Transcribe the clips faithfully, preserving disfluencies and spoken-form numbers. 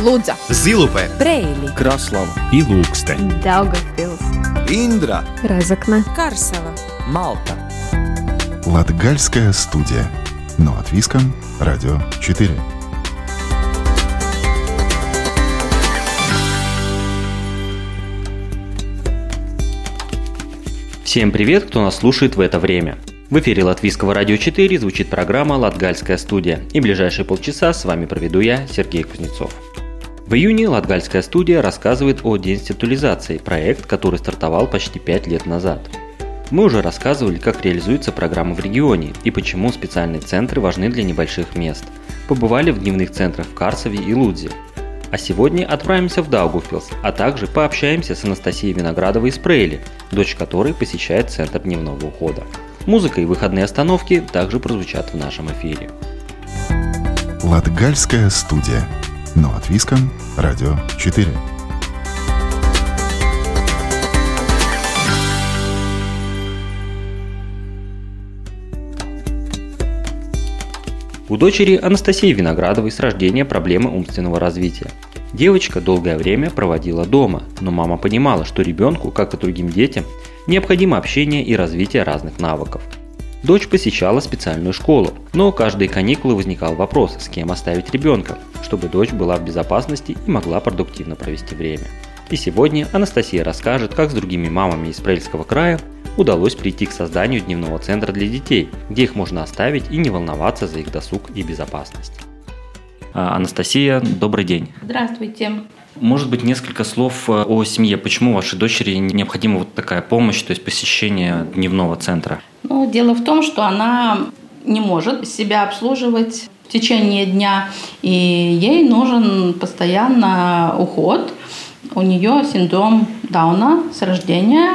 Лудза, Зилупе, Брейли, Краслава и Лукстен, Даугавпилс, Индра, Разокна, Карсела, Малта. Латгальская студия. Но от Виском, Радио четыре. Всем привет, кто нас слушает в это время. В эфире Латвийского радио четыре звучит программа «Латгальская студия», и ближайшие полчаса с вами проведу я, Сергей Кузнецов. В июне Латгальская студия рассказывает о деинституализации, проект, который стартовал почти пять лет назад. Мы уже рассказывали, как реализуется программа в регионе и почему специальные центры важны для небольших мест. Побывали в дневных центрах в Карсове и Лудзе. А сегодня отправимся в Даугавпилс, а также пообщаемся с Анастасией Виноградовой из Прейли, дочь которой посещает Центр дневного ухода. Музыка и выходные остановки также прозвучат в нашем эфире. Латгальская студия. Но от Виском, Радио четыре. У дочери Анастасии Виноградовой с рождения проблемы умственного развития. Девочка долгое время проводила дома, но мама понимала, что ребенку, как и другим детям, необходимо общение и развитие разных навыков. Дочь посещала специальную школу, но каждые каникулы возникал вопрос, с кем оставить ребенка, чтобы дочь была в безопасности и могла продуктивно провести время. И сегодня Анастасия расскажет, как с другими мамами из Прельского края удалось прийти к созданию дневного центра для детей, где их можно оставить и не волноваться за их досуг и безопасность. Анастасия, добрый день. Здравствуйте. Может быть, несколько слов о семье. Почему вашей дочери необходима вот такая помощь, то есть посещение дневного центра? Ну, дело в том, что она не может себя обслуживать в течение дня, и ей нужен постоянно уход. У нее синдром Дауна с рождения,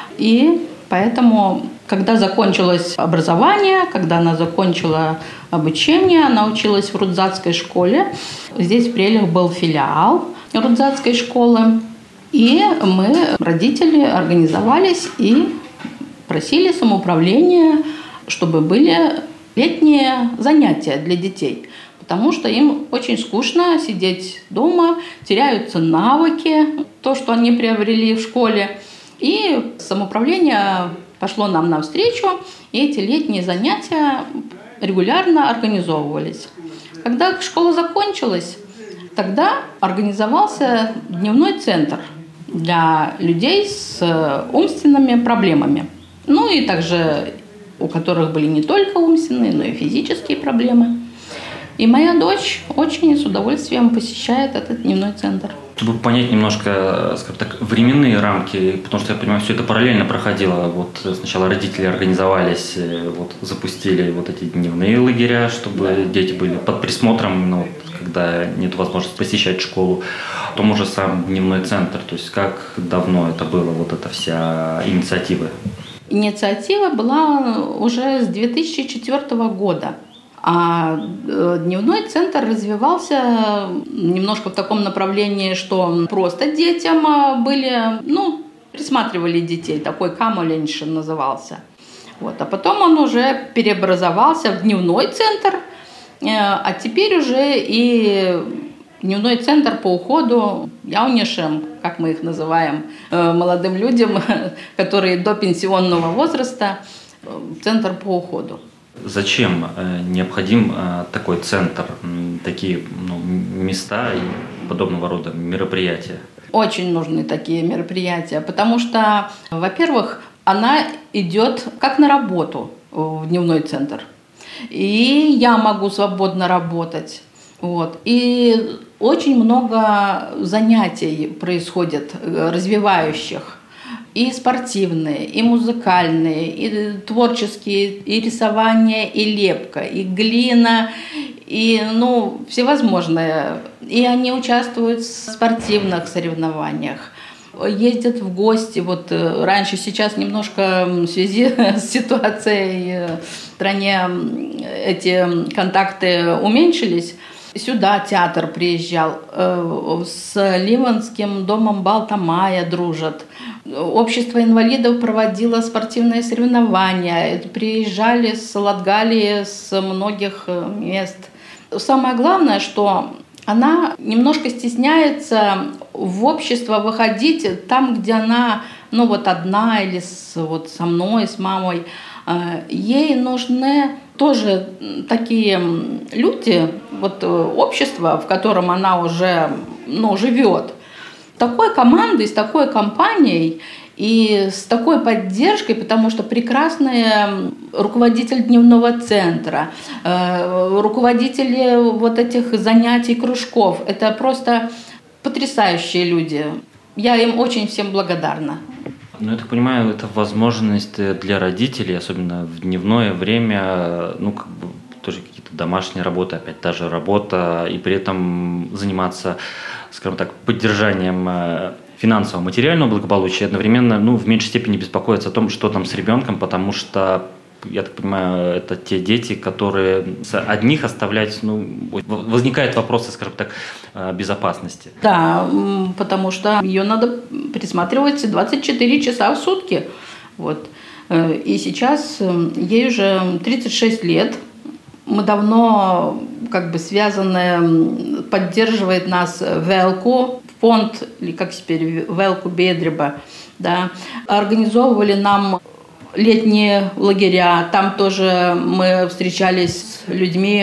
и поэтому, когда закончилось образование, когда она закончила обучение, она училась в Рудзатской школе. Здесь в Прелях был филиал Рудзатской школы. И мы, родители, организовались и просили самоуправления, чтобы были летние занятия для детей. Потому что им очень скучно сидеть дома, теряются навыки, то, что они приобрели в школе. И самоуправление пошло нам навстречу, и эти летние занятия регулярно организовывались. Когда школа закончилась, тогда организовался дневной центр для людей с умственными проблемами. Ну и также у которых были не только умственные, но и физические проблемы. И моя дочь очень с удовольствием посещает этот дневной центр. Чтобы понять немножко, скажем так, временные рамки, потому что я понимаю, все это параллельно проходило. Вот сначала родители организовались, вот, запустили вот эти дневные лагеря, чтобы да. дети были под присмотром, ну, вот, когда нет возможности посещать школу. Потом уже сам дневной центр, то есть как давно это было, вот эта вся инициатива? Инициатива была уже с две тысячи четвёртого года. А дневной центр развивался немножко в таком направлении, что просто детям были, ну, присматривали детей, такой камоленьшин назывался. Вот. А потом он уже переобразовался в дневной центр, а теперь уже и дневной центр по уходу яунишем, как мы их называем, молодым людям, которые до пенсионного возраста, центр по уходу. Зачем необходим такой центр, такие ну, места и подобного рода мероприятия? Очень нужны такие мероприятия, потому что, во-первых, она идет как на работу в дневной центр. И я могу свободно работать. Вот. И очень много занятий происходит, развивающих. И спортивные, и музыкальные, и творческие, и рисование, и лепка, и глина, и ну, всевозможные. И они участвуют в спортивных соревнованиях, ездят в гости. Вот раньше, сейчас немножко в связи с ситуацией в стране эти контакты уменьшились. Сюда театр приезжал, с Ливанским домом Балтамая дружат. Общество инвалидов проводило спортивные соревнования, приезжали с Латгалии, с многих мест. Самое главное, что она немножко стесняется в общество выходить там, где она, ну вот одна или с, вот со мной, с мамой. Ей нужны тоже такие люди, вот общество, в котором она уже, ну, живет. С такой командой, с такой компанией и с такой поддержкой, потому что прекрасный руководитель дневного центра, руководители вот этих занятий, кружков. Это просто потрясающие люди. Я им очень всем благодарна. Ну, я так понимаю, это возможность для родителей, особенно в дневное время, ну, как бы тоже какие-то домашние работы, опять та же работа, и при этом заниматься, скажем так, поддержанием финансового, материального благополучия, одновременно, ну, в меньшей степени беспокоиться о том, что там с ребенком, потому что, я так понимаю, это те дети, которые одних оставлять, ну, возникают вопросы, скажем так, безопасности. Да, потому что ее надо присматривать двадцать четыре часа в сутки. Вот. И сейчас ей уже тридцать шесть лет. Мы давно как бы связаны, поддерживает нас Велку, фонд, или как теперь, Велку Бедреба, да, организовывали нам летние лагеря. Там тоже мы встречались с людьми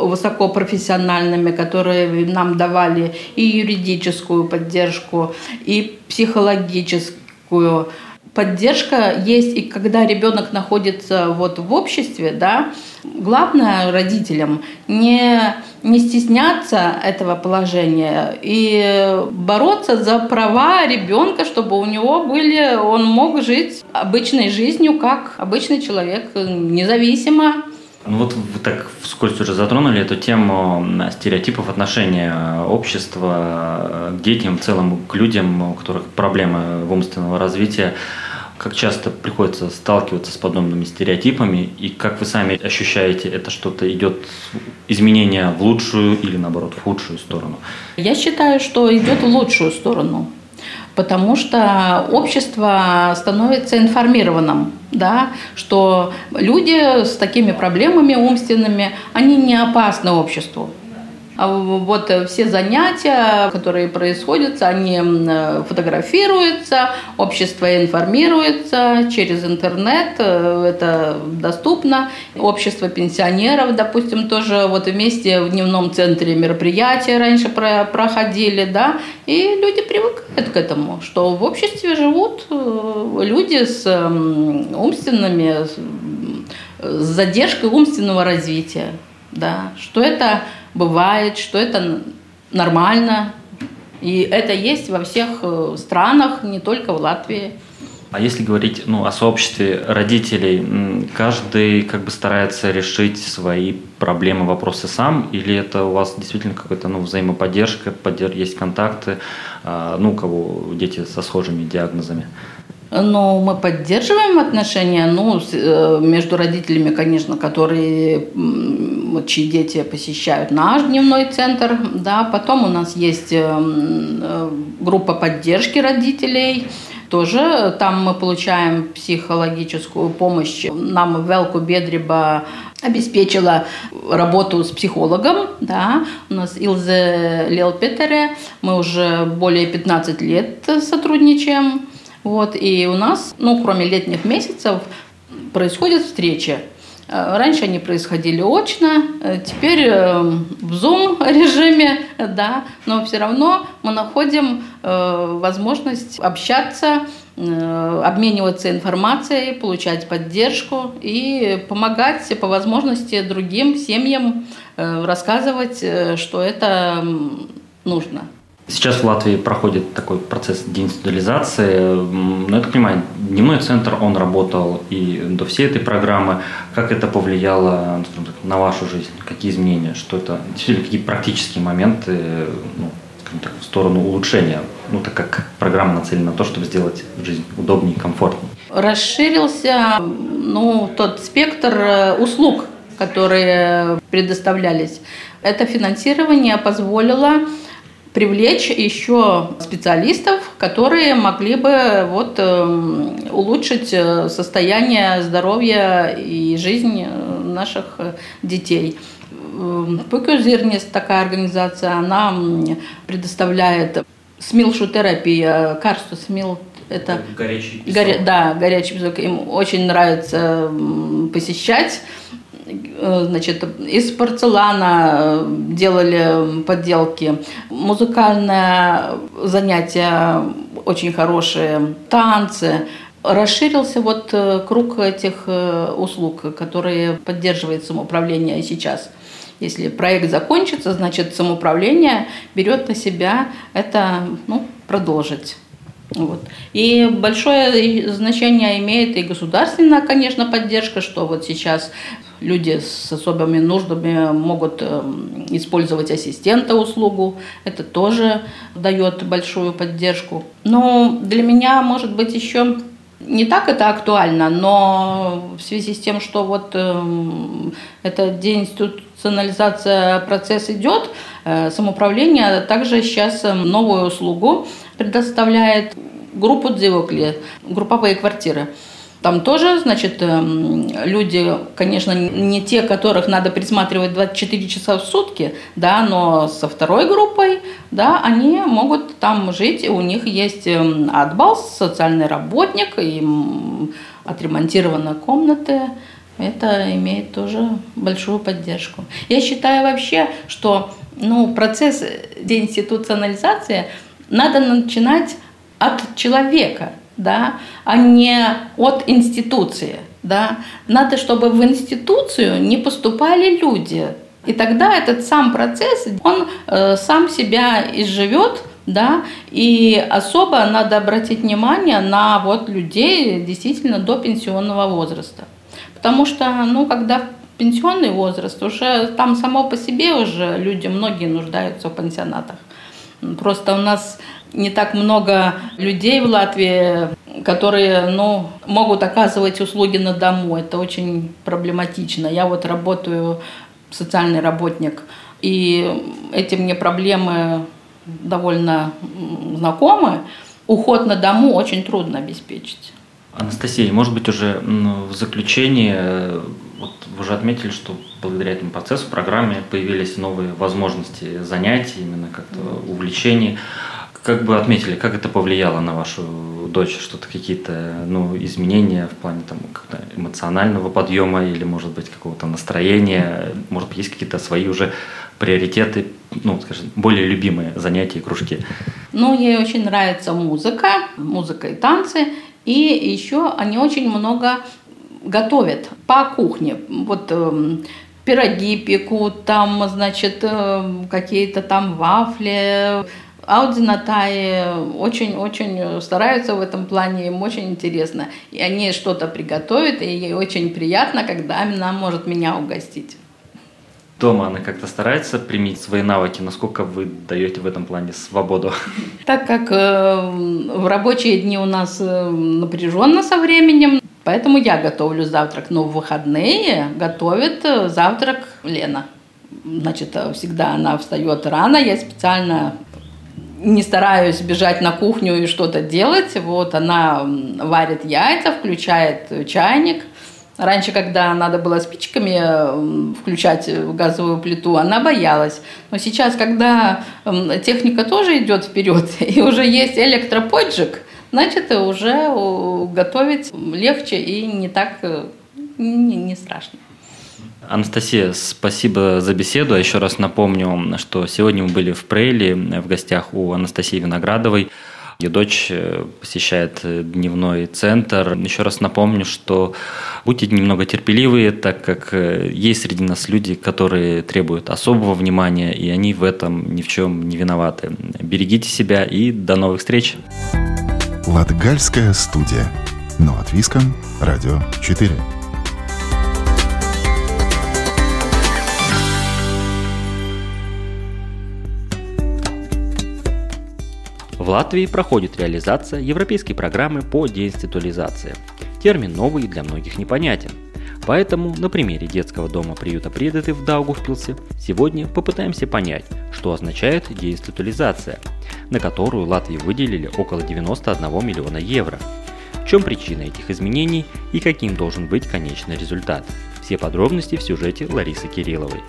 высокопрофессиональными, которые нам давали и юридическую поддержку, и психологическую. Поддержка есть, и когда ребенок находится вот в обществе, да, главное родителям не, не стесняться этого положения и бороться за права ребенка, чтобы у него были, он мог жить обычной жизнью, как обычный человек, независимо. Ну вот вы так вскользь уже затронули эту тему стереотипов отношения общества к детям, в целом к людям, у которых проблемы умственного развития. Как часто приходится сталкиваться с подобными стереотипами, и как вы сами ощущаете, это что-то идет изменение в лучшую или наоборот в худшую сторону? Я считаю, что идет в лучшую сторону, потому что общество становится информированным, да, что люди с такими проблемами умственными, они не опасны обществу. А вот все занятия, которые происходят, они фотографируются, общество информируется через интернет, это доступно. Общество пенсионеров, допустим, тоже вот вместе в дневном центре мероприятия раньше проходили, да, и люди привыкают к этому, что в обществе живут люди с умственными, с задержкой умственного развития, да, что это бывает, что это нормально. И это есть во всех странах, не только в Латвии. А если говорить, ну, о сообществе родителей, каждый как бы старается решить свои проблемы, вопросы сам, или это у вас действительно какая-то, ну, взаимоподдержка, поддерж... есть контакты, ну, у кого дети со схожими диагнозами? Ну, мы поддерживаем отношения, ну, между родителями, конечно, которые, чьи дети посещают наш дневной центр, да, потом у нас есть группа поддержки родителей, тоже там мы получаем психологическую помощь. Нам Велку Бедреба обеспечила работу с психологом, да, у нас Илзе Лелпетере, мы уже более пятнадцать лет сотрудничаем. Вот, и у нас, ну, кроме летних месяцев, происходят встречи. Раньше они происходили очно, теперь в Zoom-режиме, да, но все равно мы находим возможность общаться, обмениваться информацией, получать поддержку и помогать по возможности другим семьям рассказывать, что это нужно. Сейчас в Латвии проходит такой процесс деинституализации. Ну, я так понимаю, дневной центр, он работал и до всей этой программы. Как это повлияло, скажем так, на вашу жизнь? Какие изменения? Что это? Действительно, какие практические моменты, ну, скажем так, в сторону улучшения? Ну, так как программа нацелена на то, чтобы сделать жизнь удобнее и комфортнее. Расширился, ну, тот спектр услуг, которые предоставлялись. Это финансирование позволило привлечь еще специалистов, которые могли бы вот, улучшить состояние здоровья и жизнь наших детей. Пукюзирнис, такая организация, она предоставляет смилшу-терапию, карсту смил. Это горячий песок. Горя... Да, горячий песок. Им очень нравится посещать. Значит, из порцелана делали подделки. Музыкальное занятие очень хорошие. Танцы. Расширился вот круг этих услуг, которые поддерживает самоуправление сейчас. Если проект закончится, значит, самоуправление берет на себя это, ну, продолжить. Вот. И большое значение имеет и государственная, конечно, поддержка, что вот сейчас люди с особыми нуждами могут использовать ассистента услугу. Это тоже дает большую поддержку. Но для меня, может быть, еще не так это актуально, но в связи с тем, что вот эта деинституционализация процесс идет, самоуправление также сейчас новую услугу предоставляет группу дзивокли, групповые квартиры. Там тоже, значит, люди, конечно, не те, которых надо присматривать двадцать четыре часа в сутки, да, но со второй группой, да, они могут там жить, и у них есть адбалс, социальный работник, им отремонтированы комнаты. Это имеет тоже большую поддержку. Я считаю вообще, что ну, процесс деинституционализации надо начинать от человека, да, а не от институции. Да. Надо, чтобы в институцию не поступали люди. И тогда этот сам процесс, он э, сам себя изживет, да, и особо надо обратить внимание на вот людей действительно до пенсионного возраста. Потому что, ну, когда пенсионный возраст, уже там само по себе уже люди, многие нуждаются в пансионатах. Просто у нас не так много людей в Латвии, которые, ну, могут оказывать услуги на дому. Это очень проблематично. Я вот работаю, социальный работник, и эти мне проблемы довольно знакомы. Уход на дому очень трудно обеспечить. Анастасия, может быть, уже ну, в заключении, вот вы уже отметили, что благодаря этому процессу, программе появились новые возможности занятий, именно как-то увлечений. Как бы отметили, как это повлияло на вашу дочь? Что-то какие-то ну, изменения в плане там, как-то эмоционального подъема или, может быть, какого-то настроения? Может быть, есть какие-то свои уже приоритеты, ну, скажем, более любимые занятия и кружки? Ну, ей очень нравится музыка, музыка и танцы. И еще они очень много готовят по кухне. Вот э, пироги пекут, там, значит, э, какие-то там вафли. Аудинатаи очень-очень стараются в этом плане, им очень интересно. И они что-то приготовят, и ей очень приятно, когда она может меня угостить. Дома она как-то старается применить свои навыки? Насколько вы даете в этом плане свободу? Так как э, в рабочие дни у нас напряженно со временем, поэтому я готовлю завтрак. Но в выходные готовит завтрак Лена. Значит, всегда она встает рано, я специально не стараюсь бежать на кухню и что-то делать. Вот она варит яйца, включает чайник. Раньше, когда надо было спичками включать газовую плиту, она боялась. Но сейчас, когда техника тоже идет вперед, и уже есть электроподжиг, значит, уже готовить легче и не так не, не страшно. Анастасия, спасибо за беседу. Еще раз напомню, что сегодня мы были в Прейле в гостях у Анастасии Виноградовой. Ее дочь посещает дневной центр. Еще раз напомню, что будьте немного терпеливые, так как есть среди нас люди, которые требуют особого внимания, и они в этом ни в чем не виноваты. Берегите себя и до новых встреч. Латгальская студия. Но от Виском. Радио четыре. В Латвии проходит реализация европейской программы по деинституализации. Термин новый и для многих непонятен. Поэтому на примере детского дома-приюта «Предаты» в Даугавпилсе сегодня попытаемся понять, что означает деинституализация, на которую Латвии выделили около девяносто один миллиона евро. В чем причина этих изменений и каким должен быть конечный результат? Все подробности в сюжете Ларисы Кирилловой.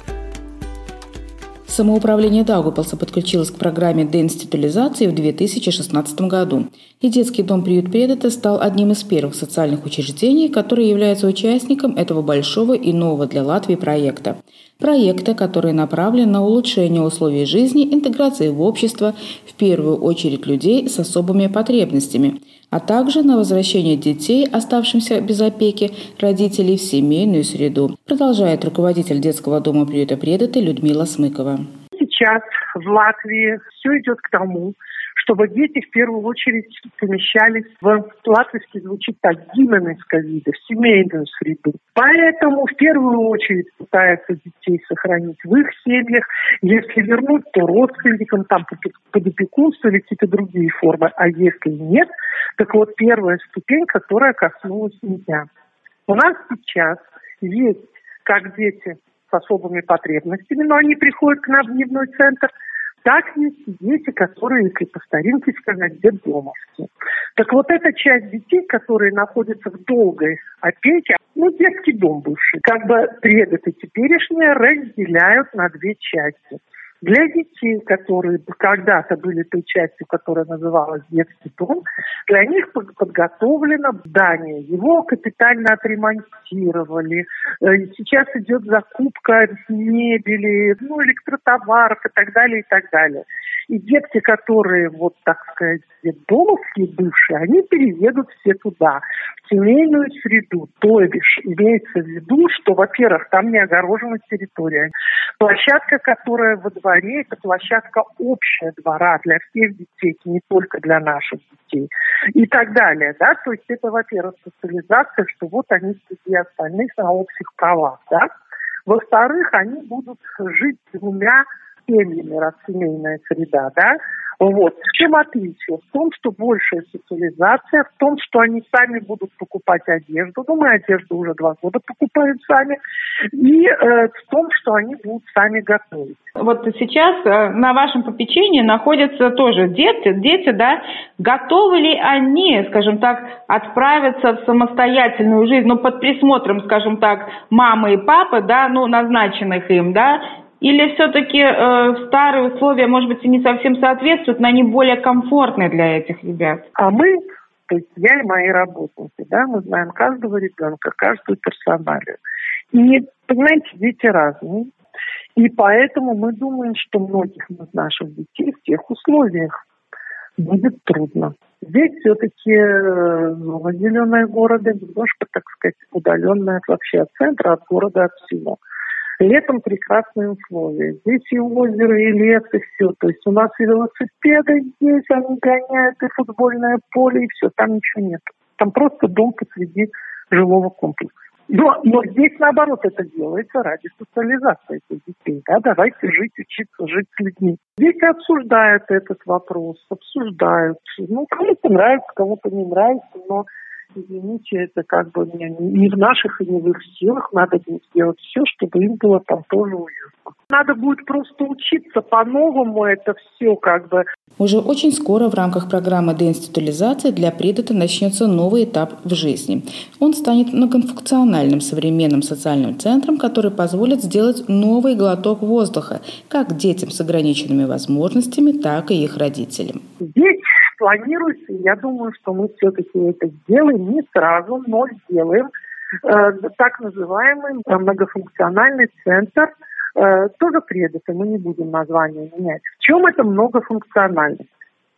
Самоуправление Даугавпилса подключилось к программе деинституализации в две тысячи шестнадцатом году, и детский дом-приют «Предаты» стал одним из первых социальных учреждений, которые являются участником этого большого и нового для Латвии проекта. Проекта, который направлен на улучшение условий жизни, интеграции в общество, в первую очередь людей с особыми потребностями, а также на возвращение детей, оставшимся без опеки, родителей в семейную среду, продолжает руководитель детского дома-приюта «Предаты» Людмила Смыкова. Сейчас в Латвии все идет к тому, чтобы дети в первую очередь помещались в, латвийский звучит так, гименовское виде, в семейную среду. Поэтому в первую очередь пытаются детей сохранить в их семьях. Если вернуть, то родственникам, там под опекунство или какие-то другие формы. А если нет, так вот первая ступень, которая коснулась меня. У нас сейчас есть как дети с особыми потребностями, но они приходят к нам в дневной центр, так есть и дети, которые, если по старинке сказать, детдомовские. Так вот эта часть детей, которые находятся в долгой опеке, ну, детский дом бывший, как бы предаты теперешние разделяют на две части. Для детей, которые когда-то были той частью, которая называлась детский дом, для них подготовлено здание. Его капитально отремонтировали. Сейчас идет закупка мебели, ну, электротоваров и так далее, и так далее. И детки, которые, вот так сказать, детдомовские бывшие, они переедут все туда, в семейную среду. То бишь, имеется в виду, что, во-первых, там не огорожена территория. Площадка, которая во дворе, это площадка общая двора для всех детей, не только для наших детей. И так далее, да. То есть это, во-первых, социализация, что вот они среди остальных на общих правах, да. Во-вторых, они будут жить двумя семьями, раз семейная среда, да. Вот. В чем отличие? В том, что большая социализация, в том, что они сами будут покупать одежду. Ну, мы одежду уже два года покупаем сами. И э, в том, что они будут сами готовить. Вот сейчас э, на вашем попечении находятся тоже дети, дети, да, готовы ли они, скажем так, отправиться в самостоятельную жизнь, ну, под присмотром, скажем так, мамы и папы, да, ну, назначенных им, да, или все-таки э, старые условия, может быть, и не совсем соответствуют, но они более комфортные для этих ребят? А мы, то есть я и мои работники, да, мы знаем каждого ребенка, каждую персоналию. И, понимаете, дети разные. И поэтому мы думаем, что многих из наших детей в тех условиях будет трудно. Здесь все-таки зона зеленая города, немножко, так сказать, удаленная вообще от центра, от города, от всего. Летом прекрасные условия. Здесь и озеро, и лес, и все. То есть у нас и велосипеды здесь, они гоняют, и футбольное поле, и все. Там ничего нет. Там просто дом посреди жилого комплекса. Но, но здесь, наоборот, это делается ради социализации этих детей. Да? Давайте жить, учиться, жить с людьми. Дети обсуждают этот вопрос, обсуждают. Ну, кому-то нравится, кому-то не нравится, но... Извините, это как бы не, не в наших и не в их силах. Надо будет сделать все, чтобы им было там тоже уютно. Надо будет просто учиться по-новому это все как бы. Уже очень скоро в рамках программы деинституализации для предата начнется новый этап в жизни. Он станет многофункциональным современным социальным центром, который позволит сделать новый глоток воздуха как детям с ограниченными возможностями, так и их родителям. Здесь планируется, я думаю, что мы все-таки это сделаем не сразу, но сделаем э, так называемый многофункциональный центр, э, тоже предаты, мы не будем название менять. В чем это многофункциональность?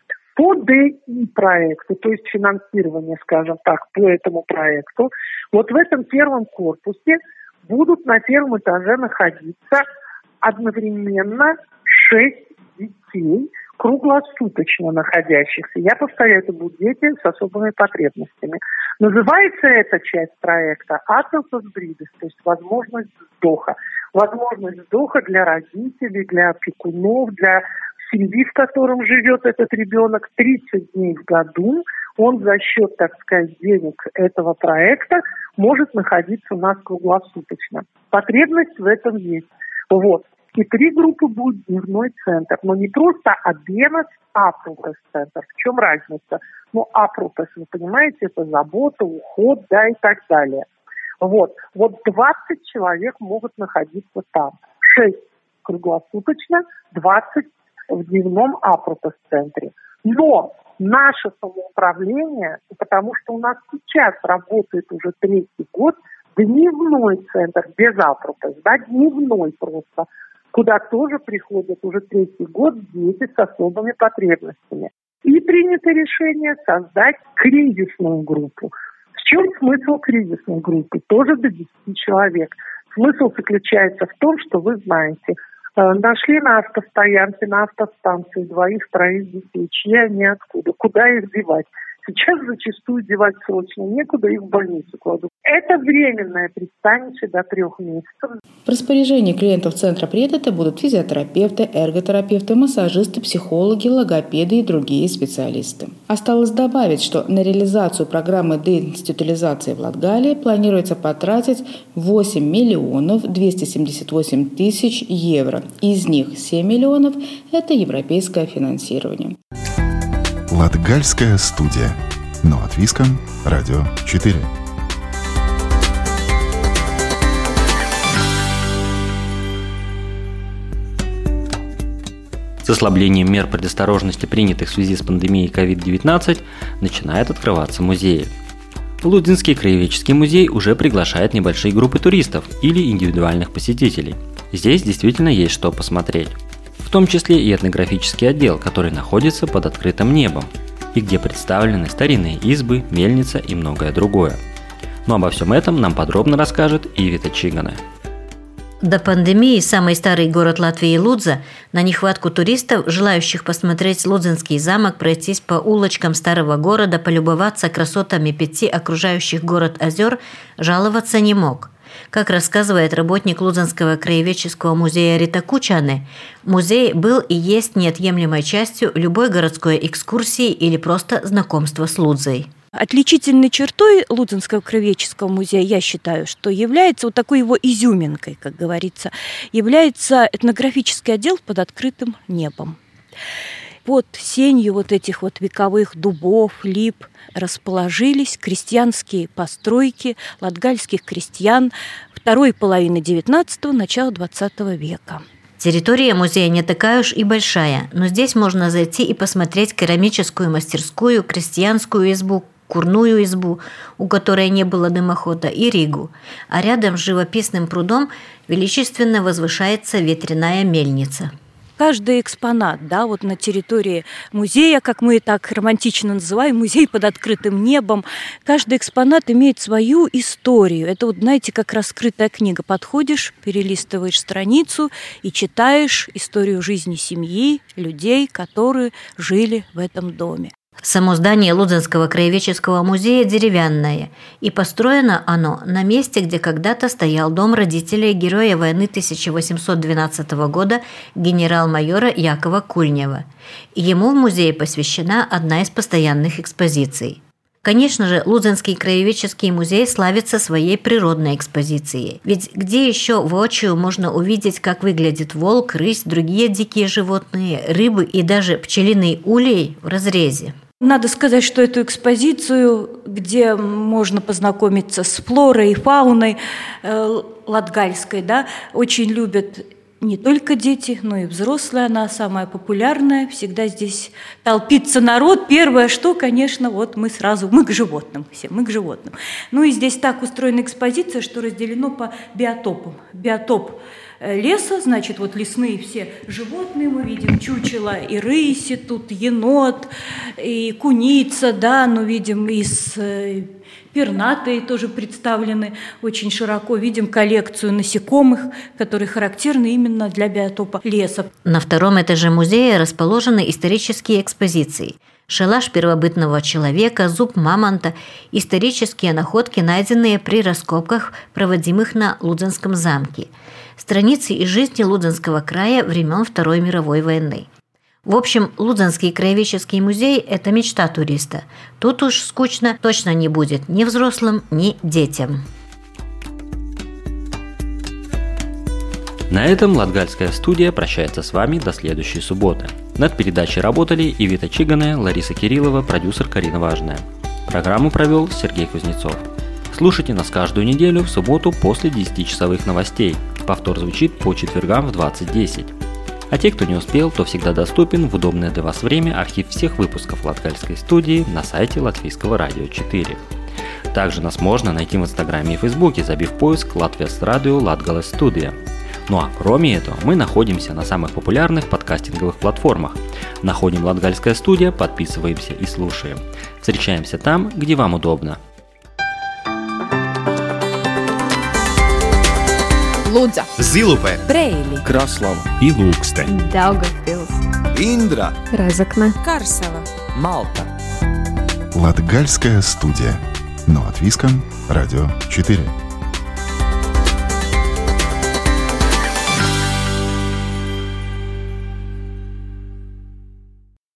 По ДИ проекту, то есть финансирование, скажем так, по этому проекту, вот в этом первом корпусе будут на первом этаже находиться одновременно шесть детей, круглосуточно находящихся. Я повторяю, это будут дети с особыми потребностями. Называется эта часть проекта «Ателсас бридис», то есть возможность вздоха. Возможность вздоха для родителей, для опекунов, для семьи, в котором живет этот ребенок, тридцать дней в году он за счет, так сказать, денег этого проекта может находиться у нас круглосуточно. Потребность в этом есть. Вот. И три группы будет дневной центр. Но не просто Аденас, Апрупес-центр. В чем разница? Ну, Апрупес, вы понимаете, это забота, уход, да, и так далее. Вот. Вот двадцать человек могут находиться там. шесть круглосуточно, двадцать в дневном Апрупес-центре. Но наше самоуправление, потому что у нас сейчас работает уже третий год, дневной центр без Апрупес, да, дневной просто, куда тоже приходят уже третий год дети с особыми потребностями. И принято решение создать кризисную группу. В чем смысл кризисной группы? Тоже до десяти человек. Смысл заключается в том, что вы знаете, нашли на автостоянке, на автостанции двоих-троих детей, чьи они откуда, куда их девать. Сейчас зачастую девать срочно некуда, их в больницу кладут. Это временное пристанище до трех месяцев. В распоряжении клиентов Центра Предета будут физиотерапевты, эрготерапевты, массажисты, психологи, логопеды и другие специалисты. Осталось добавить, что на реализацию программы деинституализации в Латгалии планируется потратить восемь миллионов двести семьдесят восемь тысяч евро. Из них семь миллионов – это европейское финансирование. Латгальская студия. Но от Виска, Радио четыре. С ослаблением мер предосторожности, принятых в связи с пандемией ковид девятнадцать, начинают открываться музеи. Лудзинский краеведческий музей уже приглашает небольшие группы туристов или индивидуальных посетителей. Здесь действительно есть что посмотреть. В том числе и этнографический отдел, который находится под открытым небом, и где представлены старинные избы, мельница и многое другое. Но обо всем этом нам подробно расскажет Ивита Чигане. До пандемии самый старый город Латвии Лудза на нехватку туристов, желающих посмотреть Лудзинский замок, пройтись по улочкам старого города, полюбоваться красотами пяти окружающих город озер, жаловаться не мог. Как рассказывает работник Лудзинского краеведческого музея Рита Кучане, музей был и есть неотъемлемой частью любой городской экскурсии или просто знакомства с Лудзой. Отличительной чертой Лудзинского краеведческого музея, я считаю, что является вот такой его изюминкой, как говорится, является этнографический отдел под открытым небом. Под сенью вот этих вот вековых дубов, лип расположились крестьянские постройки латгальских крестьян второй половины девятнадцатого, начала двадцатого века. Территория музея не такая уж и большая, но здесь можно зайти и посмотреть керамическую мастерскую, крестьянскую избу, курную избу, у которой не было дымохода, и ригу. А рядом с живописным прудом величественно возвышается ветряная мельница. Каждый экспонат, да, вот на территории музея, как мы и так романтично называем, музей под открытым небом, каждый экспонат имеет свою историю. Это вот, знаете, как раскрытая книга. Подходишь, перелистываешь страницу и читаешь историю жизни семьи, людей, которые жили в этом доме. Само здание Лудзинского краеведческого музея деревянное, и построено оно на месте, где когда-то стоял дом родителей героя войны тысяча восемьсот двенадцатого года генерал-майора Якова Кульнева. Ему в музее посвящена одна из постоянных экспозиций. Конечно же, Лудзинский краеведческий музей славится своей природной экспозицией. Ведь где еще воочию можно увидеть, как выглядит волк, рысь, другие дикие животные, рыбы и даже пчелиный улей в разрезе? Надо сказать, что эту экспозицию, где можно познакомиться с флорой и фауной э, латгальской, да, очень любят не только дети, но и взрослые. Она самая популярная. Всегда здесь толпится народ. Первое, что, конечно, вот мы сразу, мы к животным, все, мы к животным. Ну и здесь так устроена экспозиция, что разделено по биотопам. Биотоп леса, значит, вот лесные все животные, мы видим чучело и рыси, тут енот, и куница, да, ну видим из пернатые тоже представлены очень широко. Видим коллекцию насекомых, которые характерны именно для биотопа леса. На втором этаже музея расположены исторические экспозиции. Шалаш первобытного человека, зуб мамонта, исторические находки, найденные при раскопках, проводимых на Лудзинском замке. Страницы из жизни Лудзинского края времен Второй мировой войны. В общем, Лудзенский краеведческий музей – это мечта туриста. Тут уж скучно точно не будет ни взрослым, ни детям. На этом Латгальская студия прощается с вами до следующей субботы. Над передачей работали Ивита Чиганая, Лариса Кириллова, продюсер Карина Важная. Программу провел Сергей Кузнецов. Слушайте нас каждую неделю в субботу после десятичасовых новостей. Повтор звучит по четвергам в двадцать десять. А те, кто не успел, то всегда доступен в удобное для вас время архив всех выпусков Латгальской студии на сайте Латвийского радио четыре. Также нас можно найти в Инстаграме и Фейсбуке, забив поиск Латвийс радио Латгалес студия. Ну а кроме этого, мы находимся на самых популярных подкастинговых платформах. Находим Латгальская студия, подписываемся и слушаем. Встречаемся там, где вам удобно. Лудза, Зилупе, Брейли, Краслава и Лукстен, Даугавпилс, Индра, Разокна, Карсела, Малта. Латгальская студия. Но от Виском, Радио четыре.